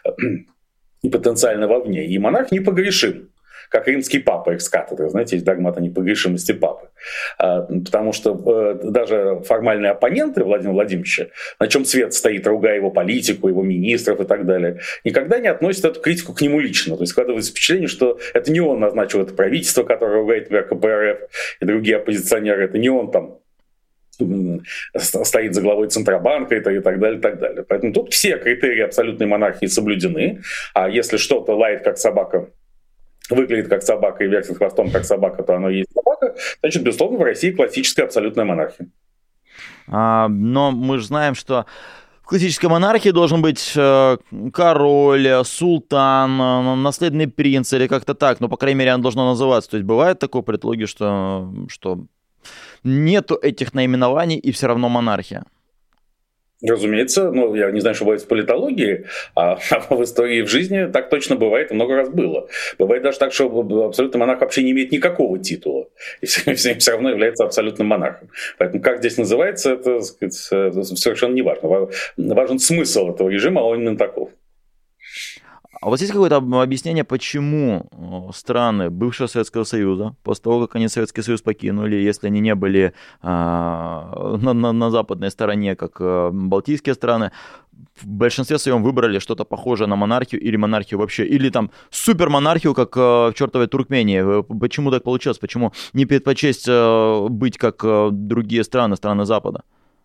И потенциально вовне. И монарх непогрешим. Как римский папа экс-кафедры, знаете, есть догмат о непогрешимости папы. Потому что даже формальные оппоненты Владимира Владимировича, на чем свет стоит, ругая его политику, его министров и так далее, никогда не относят эту критику к нему лично. То есть складывается впечатление, что это не он назначил это правительство, которое ругает, например, КПРФ и другие оппозиционеры, это не он там стоит за главой Центробанка и так далее, и так далее. Поэтому тут все критерии абсолютной монархии соблюдены, а если что-то лает как собака, выглядит как собака и вертит хвостом как собака, то оно и есть собака, значит, безусловно, в России классическая абсолютная монархия. Но мы же знаем, что в классической монархии должен быть король, султан, наследный принц или как-то так, но, по крайней мере, оно должно называться. То есть бывает такое предлоги, что нету этих наименований и все равно монархия. Разумеется, я не знаю, что бывает в политологии, а в истории и в жизни так точно бывает, и много раз было. Бывает даже так, что абсолютный монарх вообще не имеет никакого титула, и все равно является абсолютным монархом. Поэтому как здесь называется, это, так сказать, совершенно не важно. Важен смысл этого режима, а он именно таков. А у вас есть какое-то объяснение, почему страны бывшего Советского Союза, после того, как они Советский Союз покинули, если они не были на западной стороне, как балтийские страны, в большинстве своем выбрали что-то похожее на монархию или монархию вообще, или там супермонархию, как в чертовой Туркмении? Почему так получилось? Почему не предпочесть быть как другие страны Запада?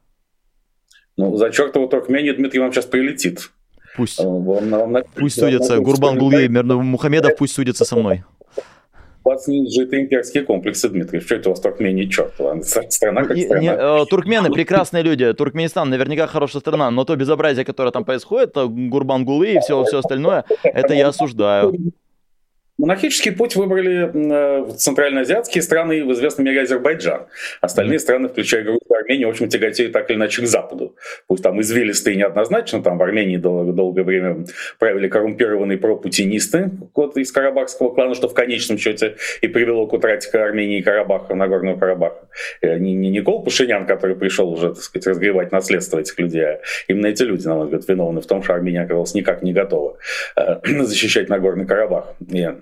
За чертову Туркмению Дмитрий вам сейчас прилетит. Пусть судятся. Гурбангулы Мухамедов пусть судятся со мной. У вас не изжиты имперские комплексы, Дмитрий. Что это у вас Туркмения чертова? Страна как страна. Туркмены прекрасные люди. Туркменистан наверняка хорошая страна. Но то безобразие, которое там происходит, Гурбангулы и все остальное, это я осуждаю. Монархический путь выбрали центральноазиатские страны и в известном мире Азербайджан. Остальные страны, включая Грузию и Армению, в общем, тяготеют так или иначе к Западу. Пусть там извилистые неоднозначно, там в Армении долгое время правили коррумпированные пропутинисты из карабахского клана, что в конечном счете и привело к утрате Армении и Карабаха, Нагорного Карабаха. Не Никол Пашинян, который пришел уже, так сказать, разгребать наследство этих людей, а именно эти люди, на мой взгляд, виновны в том, что Армения оказалась никак не готова защищать Нагорный Карабах.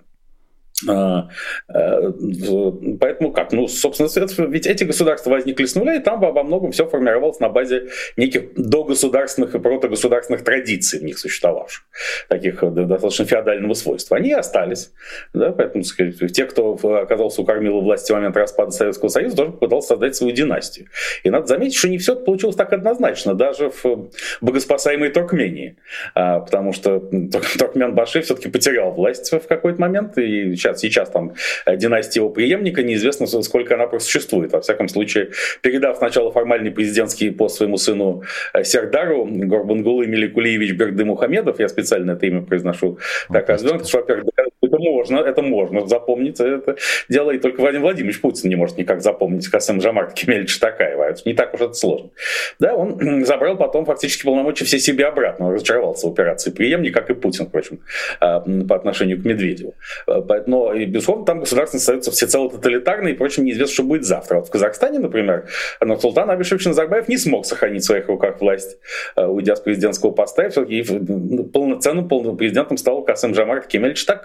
Поэтому как? Собственно, ведь эти государства возникли с нуля, и там во многом все формировалось на базе неких догосударственных и протогосударственных традиций в них существовавших, таких достаточно феодального свойства. Они и остались. Да? Поэтому, сказать, те, кто оказался у кормила власти в момент распада Советского Союза, тоже пытался создать свою династию. И надо заметить, что не все получилось так однозначно, даже в богоспасаемой Туркмении. Потому что Туркменбаши все-таки потерял власть в какой-то момент, и сейчас там династия его преемника, неизвестно, сколько она просуществует. Во всяком случае, передав сначала формальный президентский пост своему сыну Сердару, Гурбангулы Меликулиевич Бердымухамедов, я специально это имя произношу так развернуто, что, во-первых, это можно запомнить, это дело и только Владимир Владимирович Путин не может никак запомнить Касым-Жомарт Кемелевича Токаева. Это не так уж это сложно. Да, он забрал потом фактически полномочия все себе обратно. Он разочаровался в операции преемник, как и Путин, впрочем, по отношению к Медведеву. Но, безусловно, там государственность остается всецело тоталитарной, и, впрочем, неизвестно, что будет завтра. Вот в Казахстане, например, Нурсултан Абишевич Назарбаев не смог сохранить в своих руках власть, уйдя с президентского поста, и все-таки полноценным президентом стал Касым-Жомарт Кемелевич Токаев.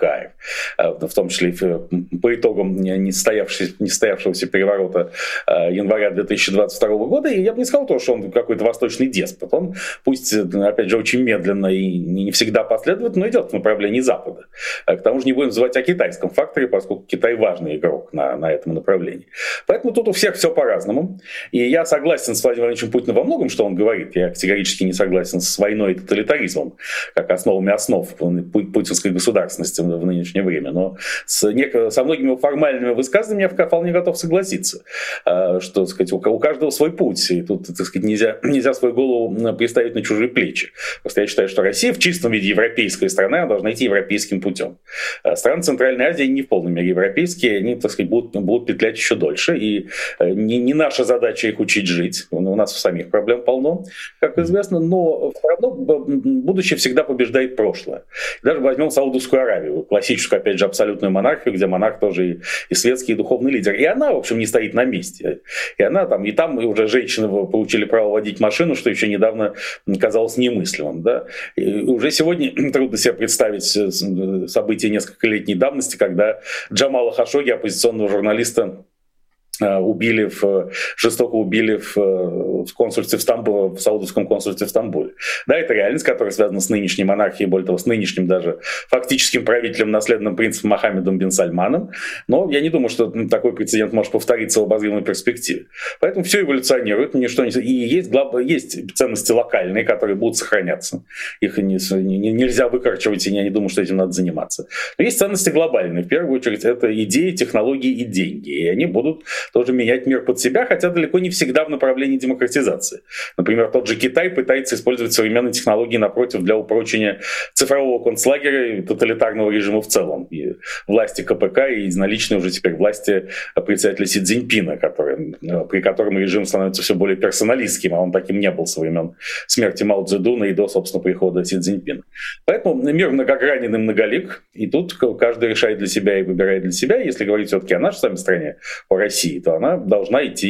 в том числе по итогам не состоявшегося переворота января 2022 года. И я бы не сказал, что он какой-то восточный деспот. Он, пусть, опять же, очень медленно и не всегда последовательно, но идет в направлении Запада. К тому же не будем называть о китайском факторе, поскольку Китай важный игрок на этом направлении. Поэтому тут у всех все по-разному. И я согласен с Владимиром Владимировичем Путиным во многом, что он говорит. Я категорически не согласен с войной и тоталитаризмом, как основами основ путинской государственности в нынешнее время. Но со многими формальными высказываниями я вполне готов согласиться, что, так сказать, у каждого свой путь. И тут, так сказать, нельзя свою голову приставить на чужие плечи. Просто я считаю, что Россия в чистом виде европейская страна, она должна идти европейским путем. Страны Центральной Азии не в полной мере европейские, они, так сказать, будут петлять еще дольше. И не наша задача их учить жить. У нас самих проблем полно, как известно, но все равно будущее всегда побеждает прошлое. Даже возьмем Саудовскую Аравию, классическую, опять же, абсолютную монархию, где монарх тоже и светский, и духовный лидер. И она, в общем, не стоит на месте. И она там уже женщины получили право водить машину, что еще недавно казалось немыслимым. Да? И уже сегодня трудно себе представить события нескольколетней давности, когда Джамала Хашогги, оппозиционного журналиста, жестоко убили в консульстве в Стамбуле, в саудовском консульстве в Стамбуле. Да, это реальность, которая связана с нынешней монархией, более того, с нынешним даже фактическим правителем, наследным принцем Мохаммедом бин Сальманом. Но я не думаю, что такой прецедент может повториться в обозримой перспективе. Поэтому все эволюционирует, ничто не... И есть ценности локальные, которые будут сохраняться. Их нельзя выкорчевать, и я не думаю, что этим надо заниматься. Но есть ценности глобальные. В первую очередь, это идеи, технологии и деньги. И они будут тоже менять мир под себя, хотя далеко не всегда в направлении демократизации. Например, тот же Китай пытается использовать современные технологии, напротив, для упрочения цифрового концлагеря и тоталитарного режима в целом. И власти КПК, и единоличной уже теперь власти председателя Си Цзиньпина, при котором режим становится все более персоналистским, а он таким не был со времен смерти Мао Цзэдуна и до, собственно, прихода Си Цзиньпина. Поэтому мир многогранен и многолик, и тут каждый решает для себя и выбирает для себя. Если говорить все-таки о нашей с вами стране, о России, то она должна идти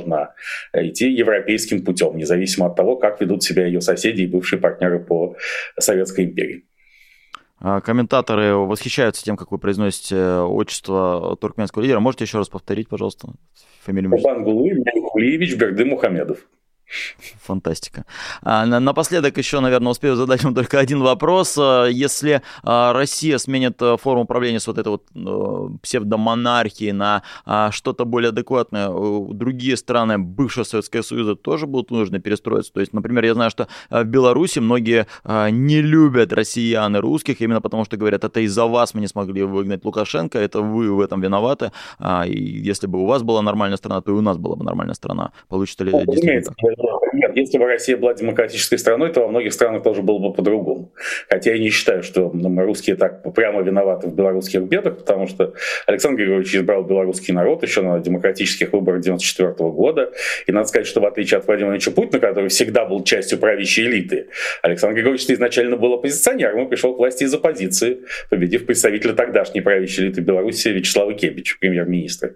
европейским путем, независимо от того, как ведут себя ее соседи и бывшие партнеры по Советской империи. Комментаторы восхищаются тем, как вы произносите отчество туркменского лидера. Можете еще раз повторить, пожалуйста, фамилию? Курбангулы Меликулиевич Бердымухамедов. Фантастика. Напоследок еще, наверное, успею задать вам только один вопрос. Если Россия сменит форму управления с вот этой вот псевдомонархии на что-то более адекватное, другие страны бывшего Советского Союза тоже будут вынуждены перестроиться. То есть, например, я знаю, что в Беларуси многие не любят россиян и русских, именно потому что говорят, это из-за вас мы не смогли выгнать Лукашенко, это вы в этом виноваты. И если бы у вас была нормальная страна, то и у нас была бы нормальная страна. Получится ли действительно так? Нет, если бы Россия была демократической страной, то во многих странах тоже было бы по-другому. Хотя я не считаю, что русские так прямо виноваты в белорусских бедах, потому что Александр Григорьевич избрал белорусский народ еще на демократических выборах 1994 года. И надо сказать, что в отличие от Владимира Владимировича Путина, который всегда был частью правящей элиты, Александр Григорьевич изначально был оппозиционером и пришел к власти из оппозиции, победив представителя тогдашней правящей элиты Беларуси Вячеслава Кебича, премьер-министра.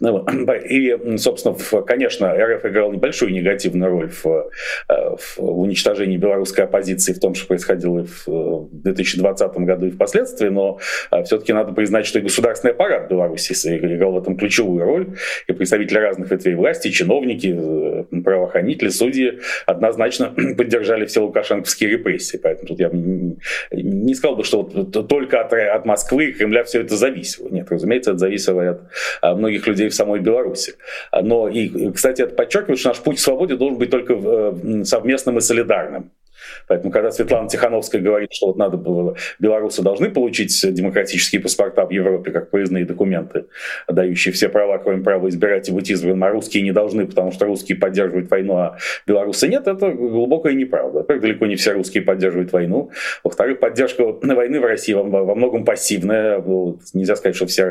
И, собственно, конечно, РФ играл небольшую негативную роль в уничтожении белорусской оппозиции, в том, что происходило в 2020 году и впоследствии, но все-таки надо признать, что и государственный аппарат Беларуси играл в этом ключевую роль, и представители разных ветвей власти, чиновники, правоохранители, судьи однозначно поддержали все лукашенковские репрессии. Поэтому тут я не сказал бы, что только от Москвы и Кремля все это зависело. Нет, разумеется, это зависело от многих людей в самой Беларуси. Но, и, кстати, это подчеркивает, что наш путь к свободе должен быть только совместным и солидарным. Поэтому, когда Светлана Тихановская говорит, что вот надо было, белорусы должны получить демократические паспорта в Европе как проездные документы, дающие все права, кроме права избирать и быть избранным, а русские не должны, потому что русские поддерживают войну, а белорусы нет, это глубокая неправда. Во-первых, далеко не все русские поддерживают войну. Во-вторых, поддержка войны в России во многом пассивная. Нельзя сказать, что все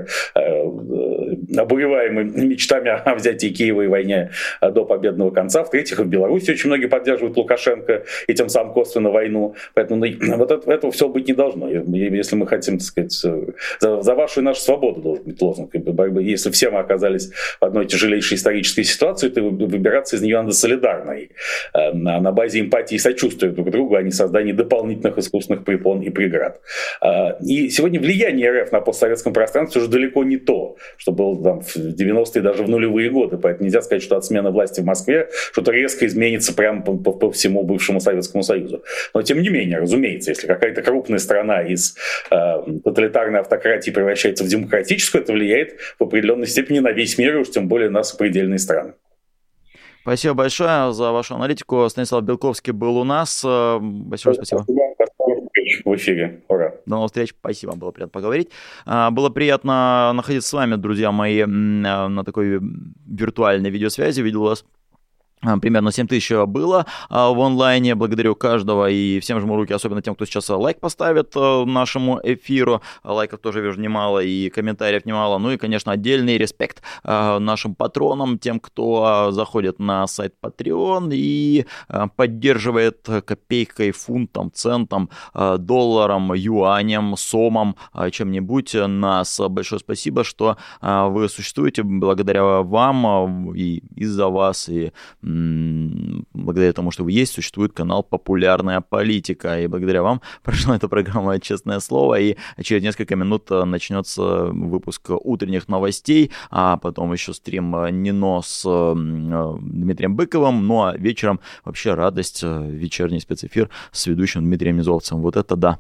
обуреваемы мечтами о взятии Киева и войне до победного конца. В-третьих, в Беларуси очень многие поддерживают Лукашенко и тем самым там косвенно войну. Поэтому вот этого всего быть не должно. Если мы хотим, так сказать, за вашу и нашу свободу должен быть лозунг борьбы. Если все мы оказались в одной тяжелейшей исторической ситуации, то выбираться из нее надо солидарно, на базе эмпатии и сочувствия друг к другу, а не создания дополнительных искусственных препон и преград. И сегодня влияние РФ на постсоветском пространстве уже далеко не то, что было там в 90-е, даже в нулевые годы. Поэтому нельзя сказать, что от смены власти в Москве что-то резко изменится прямо по всему бывшему Советскому Союзу. Но тем не менее, разумеется, если какая-то крупная страна из тоталитарной автократии превращается в демократическую, это влияет в определенной степени на весь мир, и уж тем более на сопредельные страны. Спасибо большое за вашу аналитику. Станислав Белковский был у нас. Большое спасибо. В эфире. Ура. До новых встреч. Спасибо, было приятно поговорить. Было приятно находиться с вами, друзья мои, на такой виртуальной видеосвязи. Видел вас. Примерно 7 тысяч было в онлайне. Благодарю каждого и всем жму руки, особенно тем, кто сейчас лайк поставит нашему эфиру. Лайков тоже вижу немало и комментариев немало. Ну и, конечно, отдельный респект нашим патронам, тем, кто заходит на сайт Patreon и поддерживает копейкой, фунтом, центом, долларом, юанем, сомом, чем-нибудь нас. Большое спасибо, что вы существуете. Благодаря вам и из-за вас, и благодаря тому, что вы есть, существует канал «Популярная политика». И благодаря вам прошла эта программа «Честное слово». И через несколько минут начнется выпуск утренних новостей, а потом еще стрим «Нино» с Дмитрием Быковым. Ну а вечером вообще радость, вечерний спецэфир с ведущим Дмитрием Низовцем. Вот это да.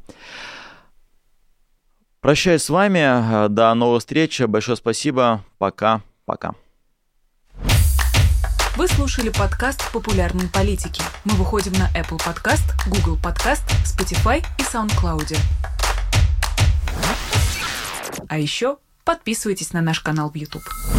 Прощаюсь с вами. До новых встреч. Большое спасибо. Пока-пока. Вы слушали подкаст «Популярные политики». Мы выходим на Apple Podcast, Google Podcast, Spotify и SoundCloud. А еще подписывайтесь на наш канал в YouTube.